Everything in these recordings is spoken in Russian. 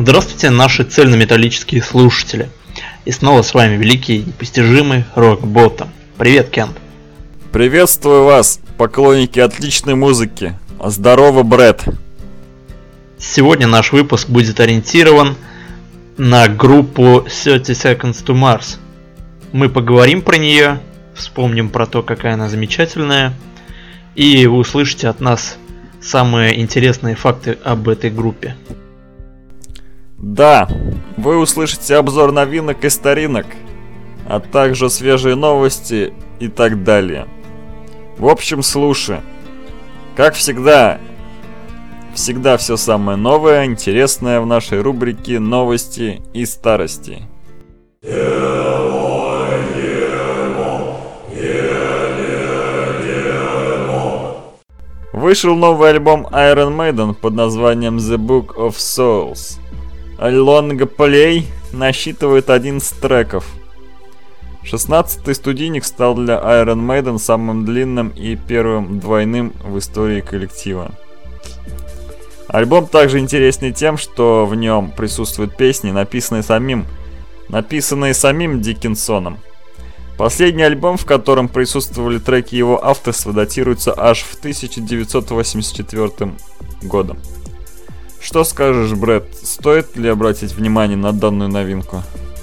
Здравствуйте, наши цельнометаллические слушатели. И снова с вами великий непостижимый Рок Ботом. Привет, Кент. Приветствую вас, поклонники отличной музыки. Здорово, Брэд. Сегодня наш выпуск будет ориентирован на группу 30 Seconds to Mars. Мы поговорим про нее, вспомним про то, какая она замечательная, и вы услышите от нас самые интересные факты об этой группе. Да, вы услышите обзор новинок и старинок, а также свежие новости и так далее. В общем, слушай. Как всегда все самое новое, интересное в нашей рубрике «Новости и старости». Вышел новый альбом Iron Maiden под названием The Book of Souls. Long Play насчитывает 11 треков. 16-й студийник стал для Iron Maiden самым длинным и первым двойным в истории коллектива. Альбом также интереснее тем, что в нем присутствуют песни, написанные самим Диккенсоном. Последний альбом, в котором присутствовали треки его авторства, датируется аж в 1984 годом. Что скажешь, Брэд, стоит ли обратить внимание на данную новинку?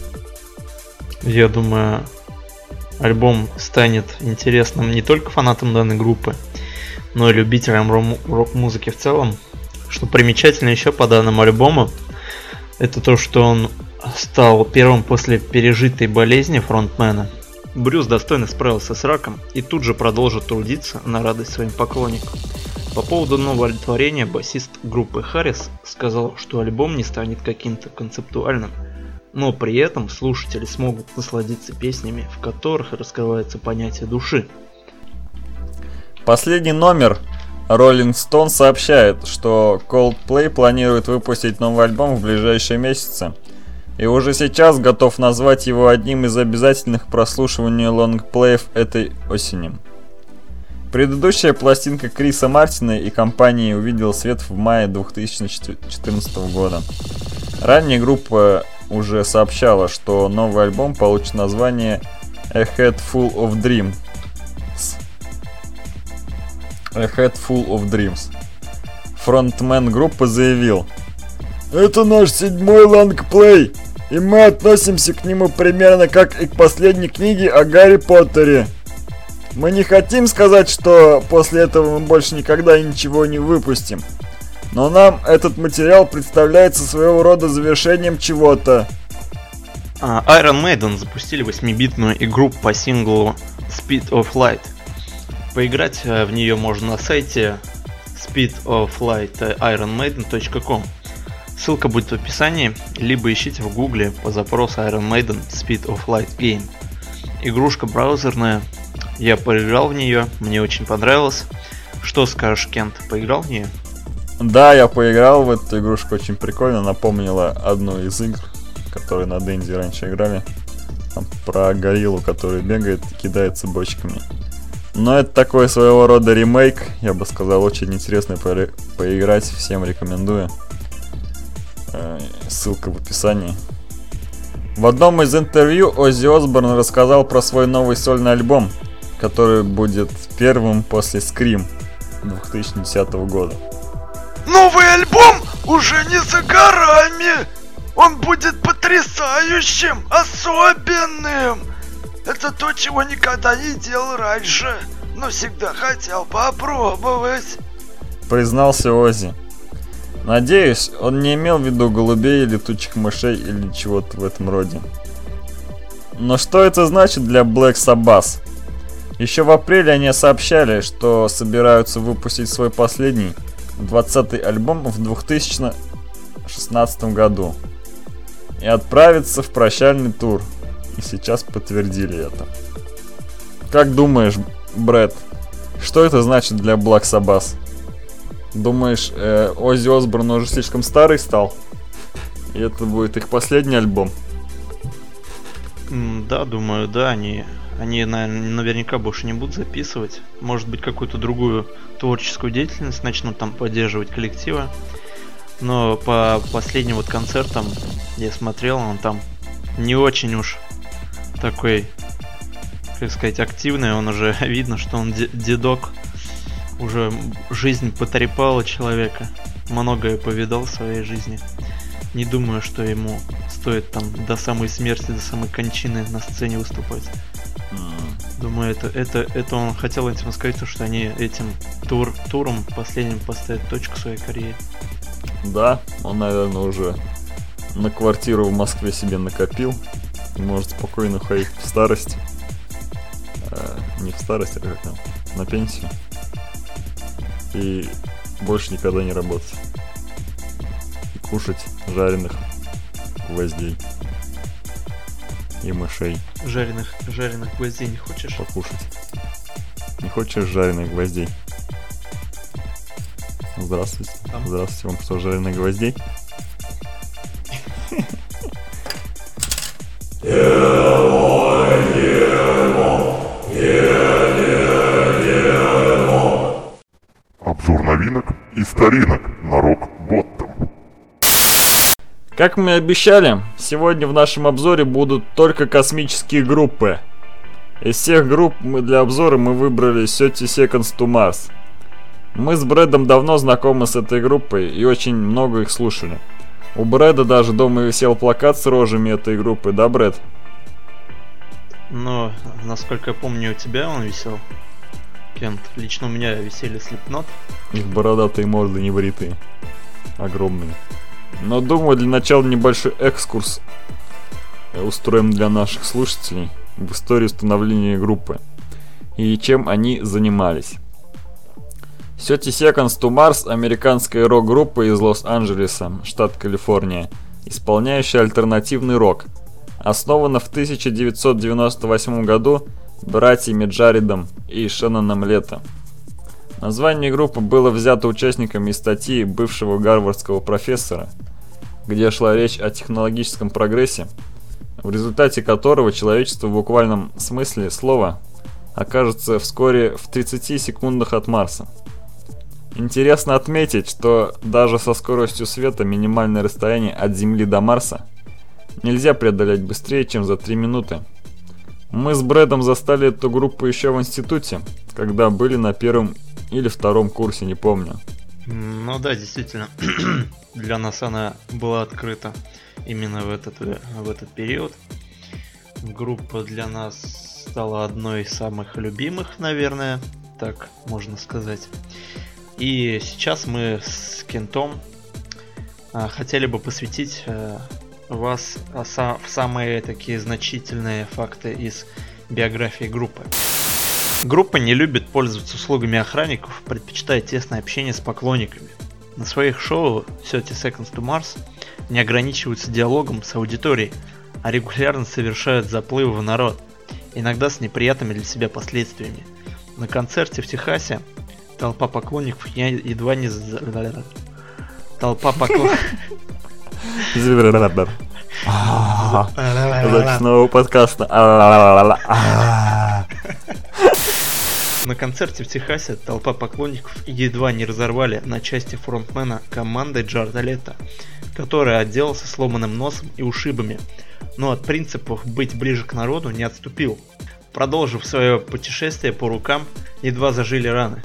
Я думаю, альбом станет интересным не только фанатам данной группы, но и любителям рок-музыки в целом. Что примечательно еще по данному альбому, это то, что он стал первым после пережитой болезни фронтмена. Брюс достойно справился с раком и тут же продолжит трудиться на радость своим поклонникам. По поводу нового творения басист группы Харрис сказал, что альбом не станет каким-то концептуальным, но при этом слушатели смогут насладиться песнями, в которых раскрывается понятие души. Последний номер Rolling Stone сообщает, что Coldplay планирует выпустить новый альбом в ближайшие месяцы, и уже сейчас готов назвать его одним из обязательных прослушиваний лонгплеев этой осенью. Предыдущая пластинка Криса Мартина и компании увидела свет в мае 2014 года. Ранее группа уже сообщала, что новый альбом получит название A Head Full of Dreams. A Head Full of Dreams. Фронтмен группы заявил: «Это наш 7-й лонгплей, и мы относимся к нему примерно как и к последней книге о Гарри Поттере. Мы не хотим сказать, что после этого мы больше никогда ничего не выпустим. Но нам этот материал представляется своего рода завершением чего-то». Iron Maiden запустили 8-битную игру по синглу Speed of Light. Поиграть в нее можно на сайте speedoflightironmaiden.com. Ссылка будет в описании, либо ищите в гугле по запросу Iron Maiden Speed of Light Game. Игрушка браузерная. Я поиграл в нее, мне очень понравилось. Что скажешь, Кент, поиграл в нее? Да, я поиграл в эту игрушку, очень прикольно, напомнила одну из игр, которые на Денди раньше играли. Там про гориллу, который бегает и кидается бочками. Но это такой своего рода ремейк, я бы сказал, очень интересно поиграть, всем рекомендую. Ссылка в описании. В одном из интервью Оззи Осборн рассказал про свой новый сольный альбом, который будет первым после Scream 2010 года. Новый альбом уже не за горами! Он будет потрясающим, особенным! Это то, чего никогда не делал раньше, но всегда хотел попробовать, признался Оззи. Надеюсь, он не имел в виду голубей, летучих мышей или чего-то в этом роде. Но что это значит для Black Sabbath? Еще в апреле они сообщали, что собираются выпустить свой последний, 20-й альбом в 2016 году и отправиться в прощальный тур. И сейчас подтвердили это. Как думаешь, Брэд, что это значит для Black Sabbath? Думаешь, Оззи Осборн уже слишком старый стал? И это будет их последний альбом? Да, думаю, да, они наверняка больше не будут записывать. Может быть, какую-то другую творческую деятельность начнут там поддерживать коллективы. Но по последним вот концертам я смотрел, он там не очень уж такой, как сказать, активный. Он уже видно, что он дедок. Уже жизнь потрепала человека. Многое повидал в своей жизни. Не думаю, что ему стоит там до самой смерти, до самой кончины на сцене выступать. Думаю, это он хотел этим сказать, что они этим туром последним поставят точку в своей карьере. Да, он, наверное, уже на квартиру в Москве себе накопил и может спокойно уходить в старость. Не в старость, а как там, на пенсию. И больше никогда не работать. И кушать жареных гвоздей. И мышей. Жареных гвоздей не хочешь? Покушать. Не хочешь жареных гвоздей? Здравствуйте. Здравствуйте, вам что, жареных гвоздей? Обзор новинок и старинок на рок-боттом. Как мы и обещали, сегодня в нашем обзоре будут только космические группы. Из всех групп для обзора мы выбрали 30 Seconds to Mars. Мы с Брэдом давно знакомы с этой группой и очень много их слушали. У Брэда даже дома висел плакат с рожами этой группы, да, Брэд? Но, насколько я помню, у тебя он висел, Кент. Лично у меня висели Slipknot. Их бородатые морды не бритые. Огромные. Но думаю, для начала небольшой экскурс устроим для наших слушателей в историю становления группы и чем они занимались. 30 Seconds to Mars — американская рок-группа из Лос-Анджелеса, штат Калифорния, исполняющая альтернативный рок. Основана в 1998 году братьями Джаредом и Шенноном Лето. Название группы было взято участниками из статьи бывшего гарвардского профессора, где шла речь о технологическом прогрессе, в результате которого человечество в буквальном смысле слова окажется вскоре в 30 секундах от Марса. Интересно отметить, что даже со скоростью света минимальное расстояние от Земли до Марса нельзя преодолеть быстрее, чем за 3 минуты. Мы с Брэдом застали эту группу еще в институте, когда были на первом или втором курсе, не помню. Ну да, действительно, для нас она была открыта именно в этот период. Группа для нас стала одной из самых любимых, наверное, так можно сказать. И сейчас мы с Кентом хотели бы посвятить вас в самые такие значительные факты из биографии группы. Группа не любит пользоваться услугами охранников, предпочитая тесное общение с поклонниками. На своих шоу 30 Seconds to Mars не ограничиваются диалогом с аудиторией, а регулярно совершают заплывы в народ, иногда с неприятными для себя последствиями. На концерте в Техасе толпа поклонников едва не... Толпа поклонников... Запись нового подкаста. На концерте в Техасе толпа поклонников едва не разорвали на части фронтмена команды Джареда Лето, который отделался сломанным носом и ушибами, но от принципов быть ближе к народу не отступил. Продолжив свое путешествие по рукам, едва зажили раны.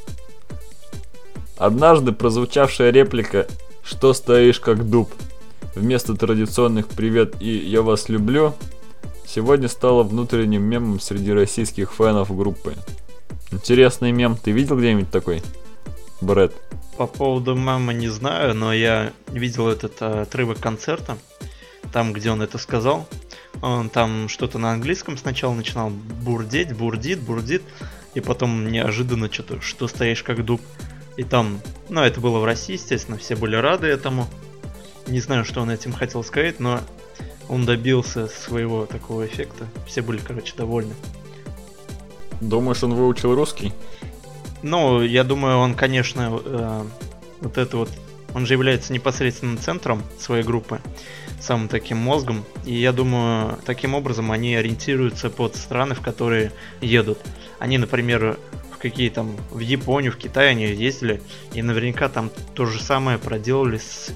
Однажды прозвучавшая реплика «Что стоишь как дуб?» вместо традиционных «Привет» и «Я вас люблю» сегодня стала внутренним мемом среди российских фанов группы. Интересный мем. Ты видел где-нибудь такой, Брэд? По поводу мема не знаю, но я видел этот отрывок концерта, там, где он это сказал. Он там что-то на английском сначала начинал бурдеть, бурдит, и потом неожиданно что стоишь как дуб. И там, ну, это было в России, естественно, все были рады этому. Не знаю, что он этим хотел сказать, но он добился своего такого эффекта. Все были, короче, довольны. Думаешь, он выучил русский? Ну, я думаю, он, конечно, он же является непосредственным центром своей группы, самым таким мозгом. И я думаю, таким образом они ориентируются под страны, в которые едут. Они, например, в какие там, в Японию, в Китай они ездили, и наверняка там то же самое проделали с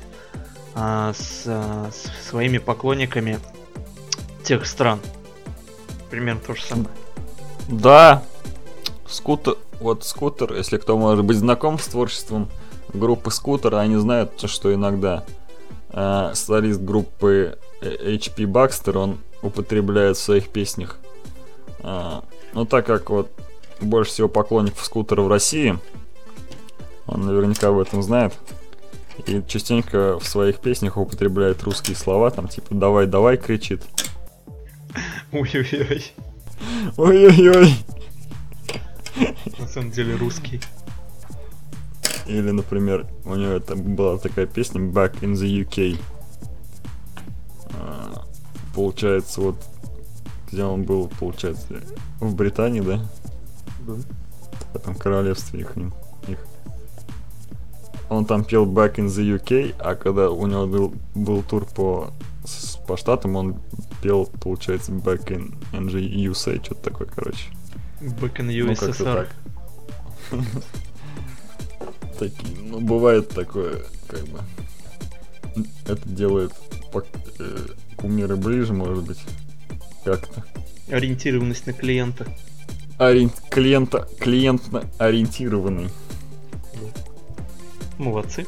своими поклонниками тех стран. Примерно то же самое. Да, Скутер, если кто может быть знаком с творчеством группы Скутер, они знают, что иногда солист группы HP Baxter, он употребляет в своих песнях. Но так как вот больше всего поклонников Скутера в России, он наверняка об этом знает. И частенько в своих песнях употребляет русские слова, там типа «давай-давай» кричит. Ой-ой-ой. Ой-ой-ой. На самом деле русский. Или, например, у него там была такая песня «Back in the UK». Получается, вот где он был, получается, в Британии, да? Да. В этом королевстве их. Он там пел Back in the UK, а когда у него был тур по штатам, он пел, получается, Back in the USA, что-то такое, короче. Back in USSR. Такие, ну, бывает такое, как бы. Это делает кумиры ближе, может быть, как-то. Ориентированность на клиента. Клиентно ориентированный. Молодцы.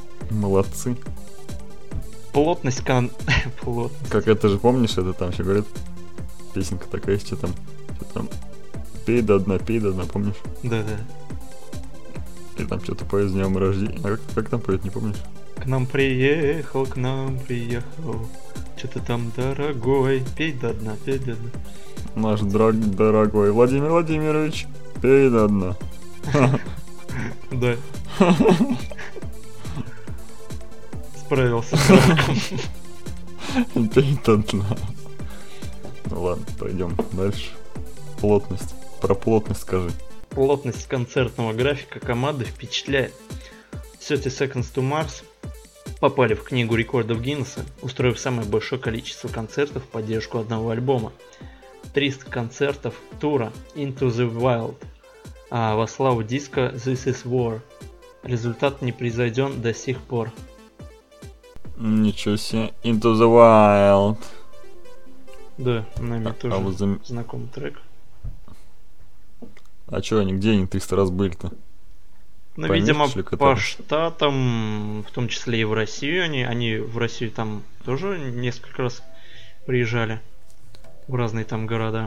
Плотность. Как это же, помнишь, это там еще говорят, песенка такая, что там пей до дна, помнишь? Да. И там что-то поет с днем рождения. А как там поет, не помнишь? К нам приехал. Что-то там, дорогой, пей до дна. Наш дорогой Владимир Владимирович, пей до дна. Да. Справился с раком. Пей до дна. Ну ладно, пойдем дальше. Плотность. Про плотность скажи. Плотность концертного графика команды впечатляет. 30 Seconds to Mars попали в книгу рекордов Гиннесса, устроив самое большое количество концертов в поддержку одного альбома. 300 концертов тура Into the Wild, а во славу диска This is War. Результат не произведен до сих пор. Ничего себе. Into the Wild. Да, нами тоже знакомый трек. А чё они, где они 300 раз были-то? Ну, видимо, по штатам, в том числе и в Россию, они в Россию там тоже несколько раз приезжали. В разные там города.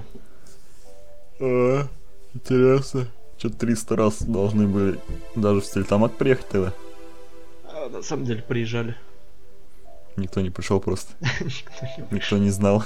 Интересно. Что-то 300 раз должны были даже в Стерлитамак приехать тогда. А на самом деле приезжали. Никто не пришел просто. Никто не знал.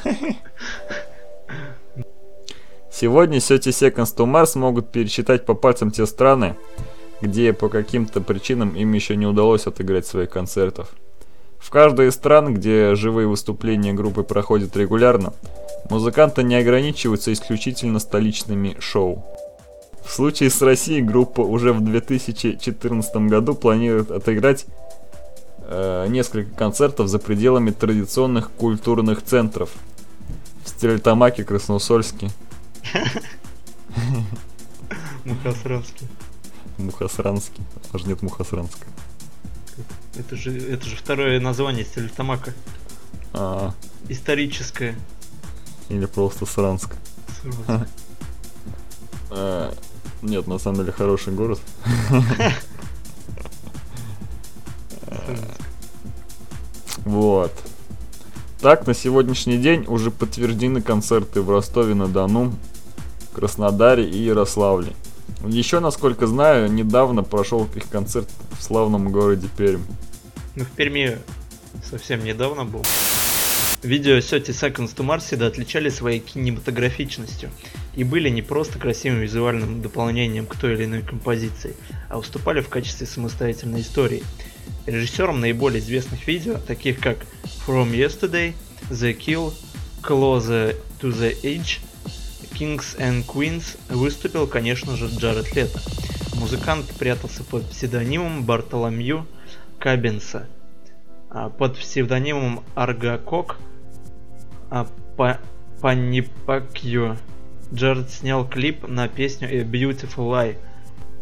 Сегодня 30 Seconds to Mars могут пересчитать по пальцам те страны, где по каким-то причинам им еще не удалось отыграть своих концертов. В каждой из стран, где живые выступления группы проходят регулярно, музыканты не ограничиваются исключительно столичными шоу. В случае с Россией группа уже в 2014 году планирует отыграть несколько концертов за пределами традиционных культурных центров в Стерлитамаке, Красноусольске. Мухосранске. Аж нет Мухосранска. Это же второе название Стерлитамака. Историческое. Или просто Сранск. Нет, на самом деле хороший город. Вот. Так, на сегодняшний день уже подтверждены концерты в Ростове-на-Дону, Краснодаре и Ярославле. Еще, насколько знаю, недавно прошел их концерт в славном городе Пермь. Ну, в Перми совсем недавно был. Видео 30 Seconds to Mars всегда отличались своей кинематографичностью и были не просто красивым визуальным дополнением к той или иной композиции, а выступали в качестве самостоятельной истории. Режиссером наиболее известных видео, таких как From Yesterday, The Kill, Closer to the Edge, Kings and Queens, выступил, конечно же, Джаред Лето. Музыкант прятался под псевдонимом Бартоломью Кабенса. Под псевдонимом Аргакок Панипакью Джаред снял клип на песню A Beautiful Lie,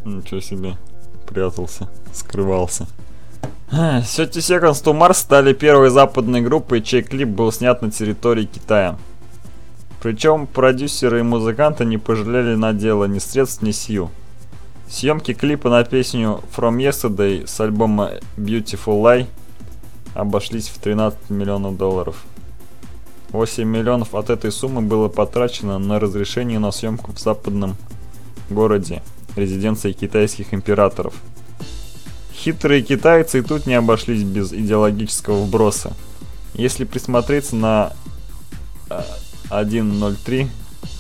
Ничего себе. Прятался, скрывался. 30 Seconds to Mars стали первой западной группой, чей клип был снят на территории Китая. Причем продюсеры и музыканты не пожалели на дело ни средств, ни сил. Съемки клипа на песню From Yesterday с альбома Beautiful Lie обошлись в $13 миллионов. 8 миллионов от этой суммы было потрачено на разрешение на съемку в западном городе, резиденции китайских императоров. Хитрые китайцы и тут не обошлись без идеологического вброса. Если присмотреться на 1.03,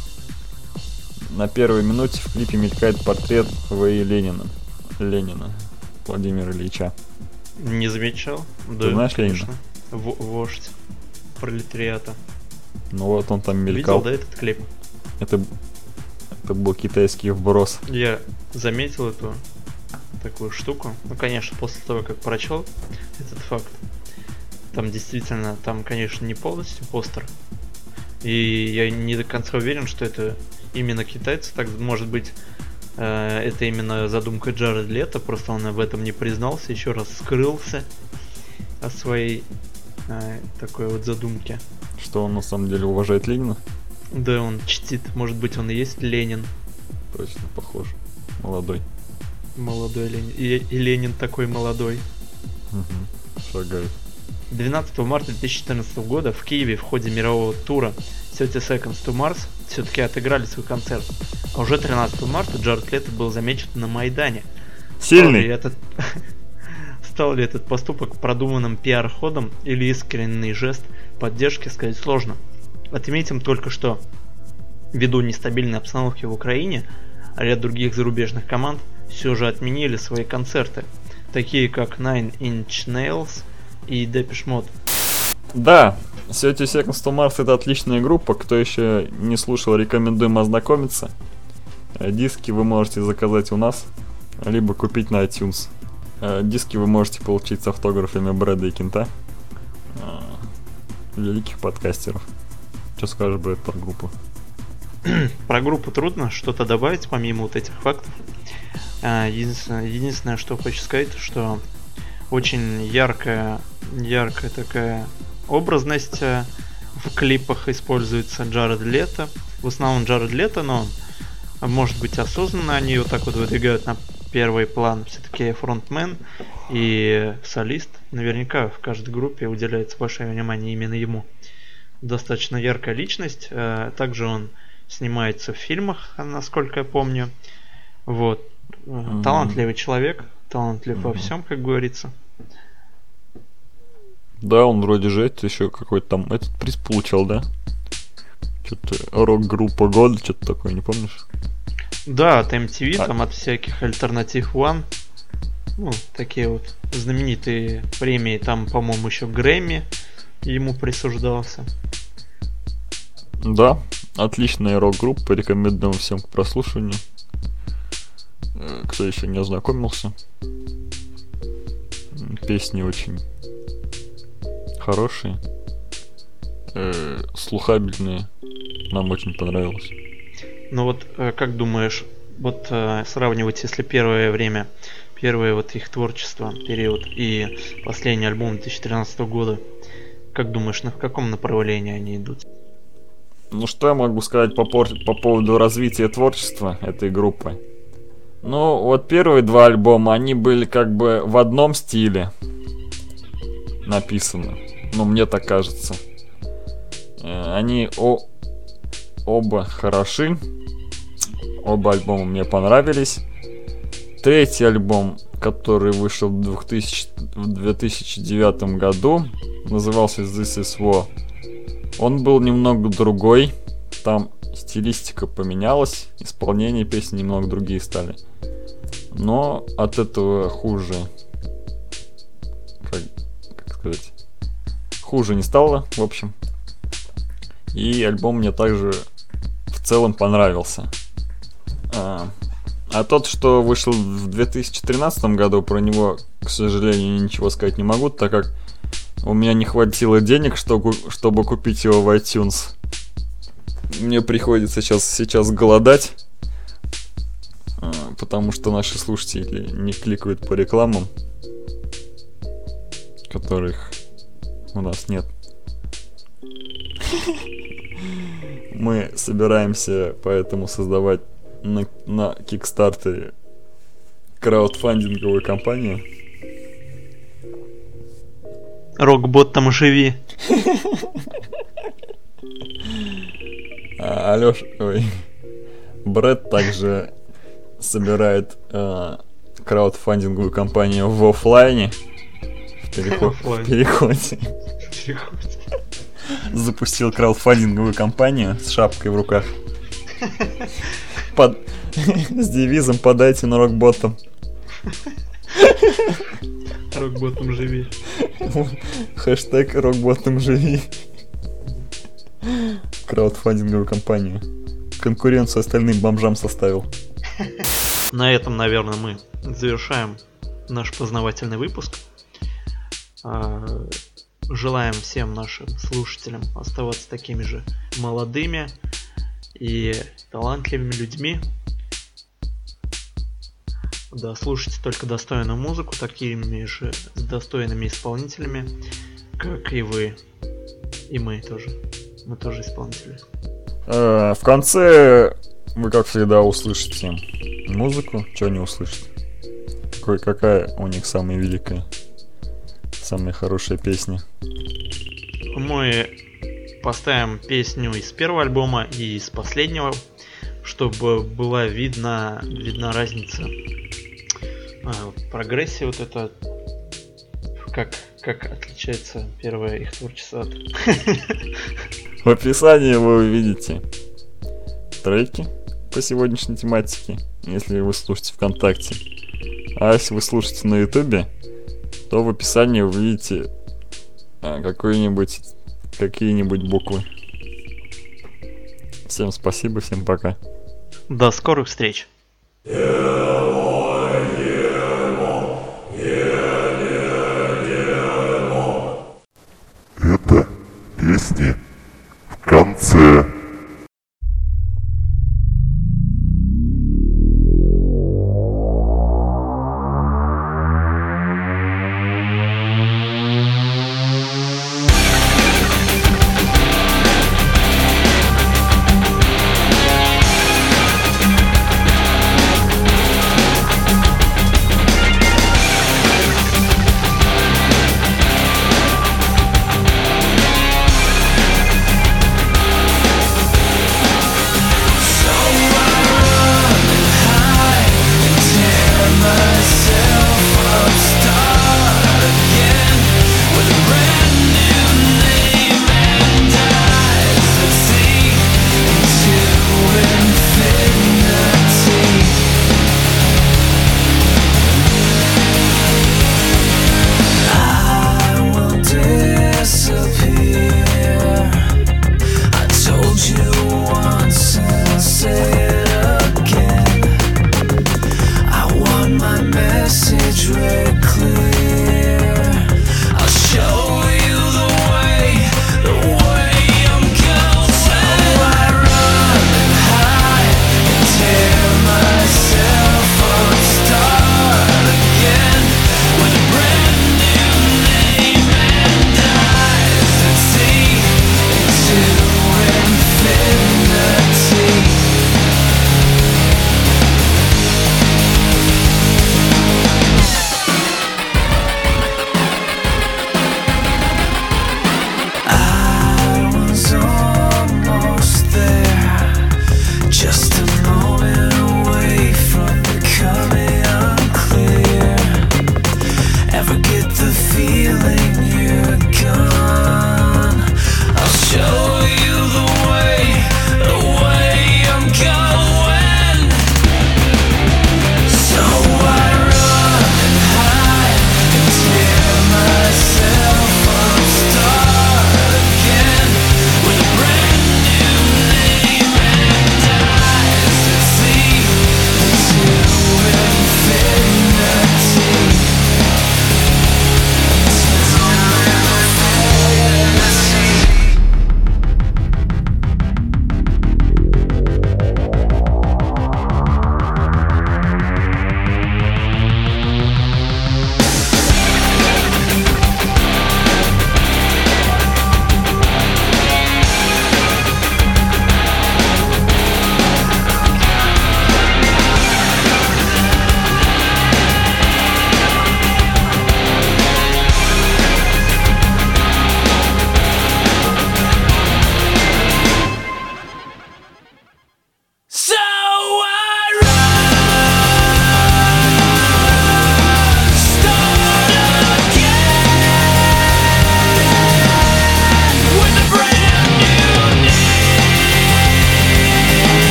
на первой минуте в клипе мелькает портрет В.И. Ленина, Владимира Ильича. Не замечал? Ты знаешь Ленина? Вождь пролетариата. Ну вот он там мелькал. Видел, да, этот клип? Это был китайский вброс. Я заметил эту такую штуку. Ну, конечно, после того, как прочел этот факт. Там действительно, там, конечно, не полностью постер. И я не до конца уверен, что это именно китайцы. Так, может быть, это именно задумка Джареда Лето. Просто он в этом не признался. Еще раз скрылся о своей такой вот задумке. Что он на самом деле уважает Ленина? Да, он чтит. Может быть, он и есть Ленин. Точно, похож. Молодой Ленин. И Ленин такой молодой. Угу. Шагает. 12 марта 2014 года в Киеве в ходе мирового тура 30 Seconds to Mars все-таки отыграли свой концерт. А уже 13 марта Джаред Лето был замечен на Майдане. Сильный! Стал ли этот поступок продуманным пиар-ходом или искренний жест поддержки, сказать сложно. Отметим только, что ввиду нестабильной обстановки в Украине, ряд других зарубежных команд все же отменили свои концерты, такие как Nine Inch Nails и Depeche Mode. Да, 30 Seconds to Mars — это отличная группа. Кто еще не слушал, рекомендуем ознакомиться. Диски вы можете заказать у нас, либо купить на iTunes. Диски вы можете получить с автографами Брэда и Кента, великих подкастеров. Что скажешь, Брэд, про группу? Про группу трудно что-то добавить, помимо вот этих фактов. Единственное, что хочу сказать, что очень яркая такая образность в клипах используется Джаред Лето. В основном Джаред Лето, но может быть осознанно они вот так вот выдвигают на первый план. Все-таки фронтмен и солист. Наверняка в каждой группе уделяется большое внимание именно ему. Достаточно яркая личность. Также он снимается в фильмах, насколько я помню. Вот. Талантливый человек. Талантлив во всем, как говорится. Да, он вроде же это еще какой-то там этот приз получал, да? Что-то рок-группа года, что-то такое, не помнишь? Да, от MTV, там от всяких Alternative One. Ну, такие вот знаменитые премии. Там, по-моему, еще Грэмми ему присуждался. Да, отличная рок-группа, рекомендуем всем к прослушиванию. Кто еще не ознакомился. Песни очень хорошие, слухабельные. Нам очень понравилось. Ну вот, как думаешь, вот сравнивать, если первое вот их творчество, период, и последний альбом 2013 года, как думаешь, в каком направлении они идут? Ну что я могу сказать по поводу развития творчества этой группы? Ну, вот первые два альбома, они были как бы в одном стиле написаны. Ну, мне так кажется. Они оба хороши. Оба альбома мне понравились. Третий альбом, который вышел в 2009 году, назывался This Is War. Он был немного другой. Там стилистика поменялась, исполнение песен немного другие стали. Но от этого хуже, как сказать, хуже не стало, в общем. И альбом мне также в целом понравился. А тот, что вышел в 2013 году, про него, к сожалению, ничего сказать не могу, так как у меня не хватило денег, чтобы купить его в iTunes. Мне приходится сейчас голодать. потому что наши слушатели не кликают по рекламам, которых у нас нет. Мы собираемся поэтому создавать на Кикстартере краудфандинговую компанию. Рок-боттом живи. Алёш, Брэд также собирает краудфандинговую компанию в офлайне. В переходе. Запустил краудфандинговую компанию с шапкой в руках. С девизом «Подайте на рок-боттом». Рок-боттом живи. Хэштег «Рок-боттом живи». Краудфандинговую компанию. Конкуренцию остальным бомжам составил. На этом, наверное, мы завершаем наш познавательный выпуск. Желаем всем нашим слушателям оставаться такими же молодыми и талантливыми людьми. Да, слушайте только достойную музыку, такими же достойными исполнителями, как и вы. И мы тоже. Мы тоже исполнители. В конце вы, как всегда, услышите музыку. Чего не услышите? Какая у них самая великая, самая хорошая песня? Мы поставим песню из первого альбома и из последнего, чтобы была видна разница в прогрессе. Вот это как отличается первое их творчество от... В описании вы увидите треки по сегодняшней тематике, если вы слушаете ВКонтакте. А если вы слушаете на Ютубе, то в описании вы увидите какие-нибудь буквы. Всем спасибо, всем пока. До скорых встреч. Это песни в конце.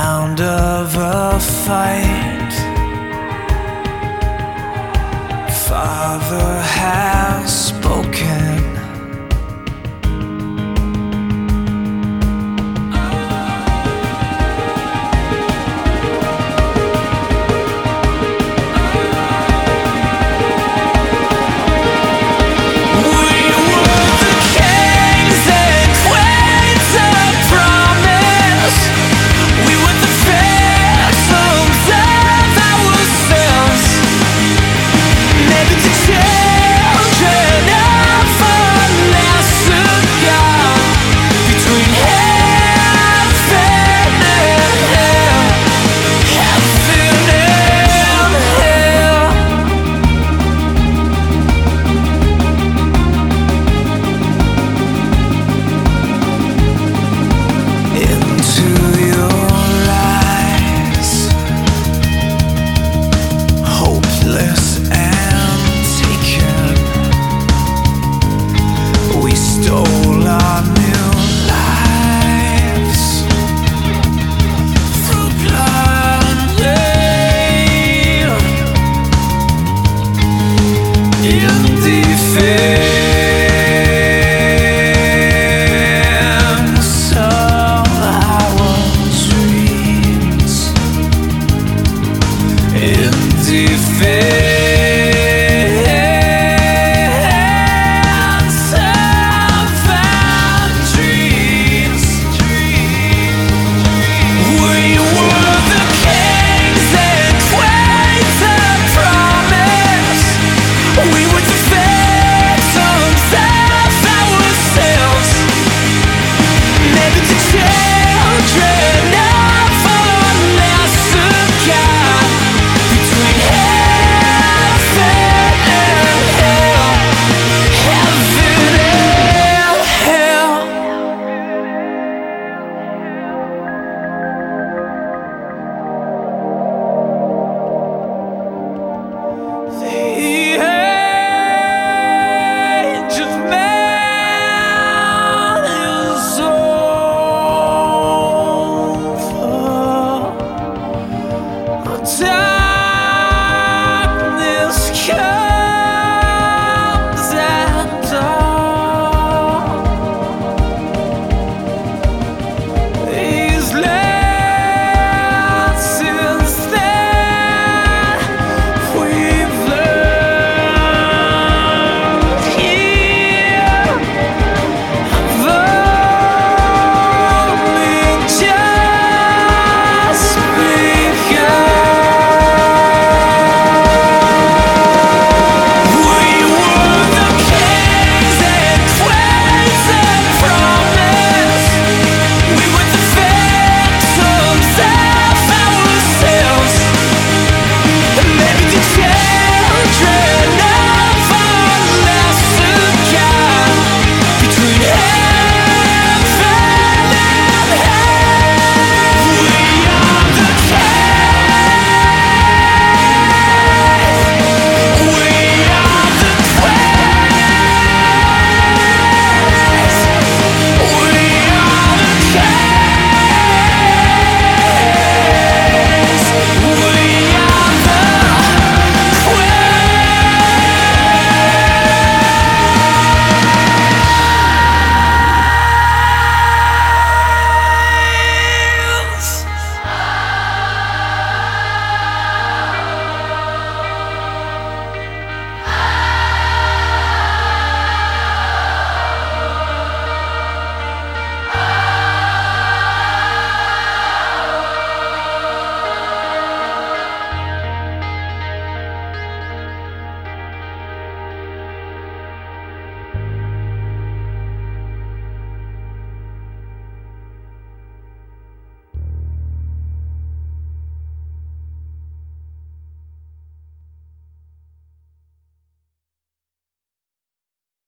sound of a fight. Father has spoken. Defense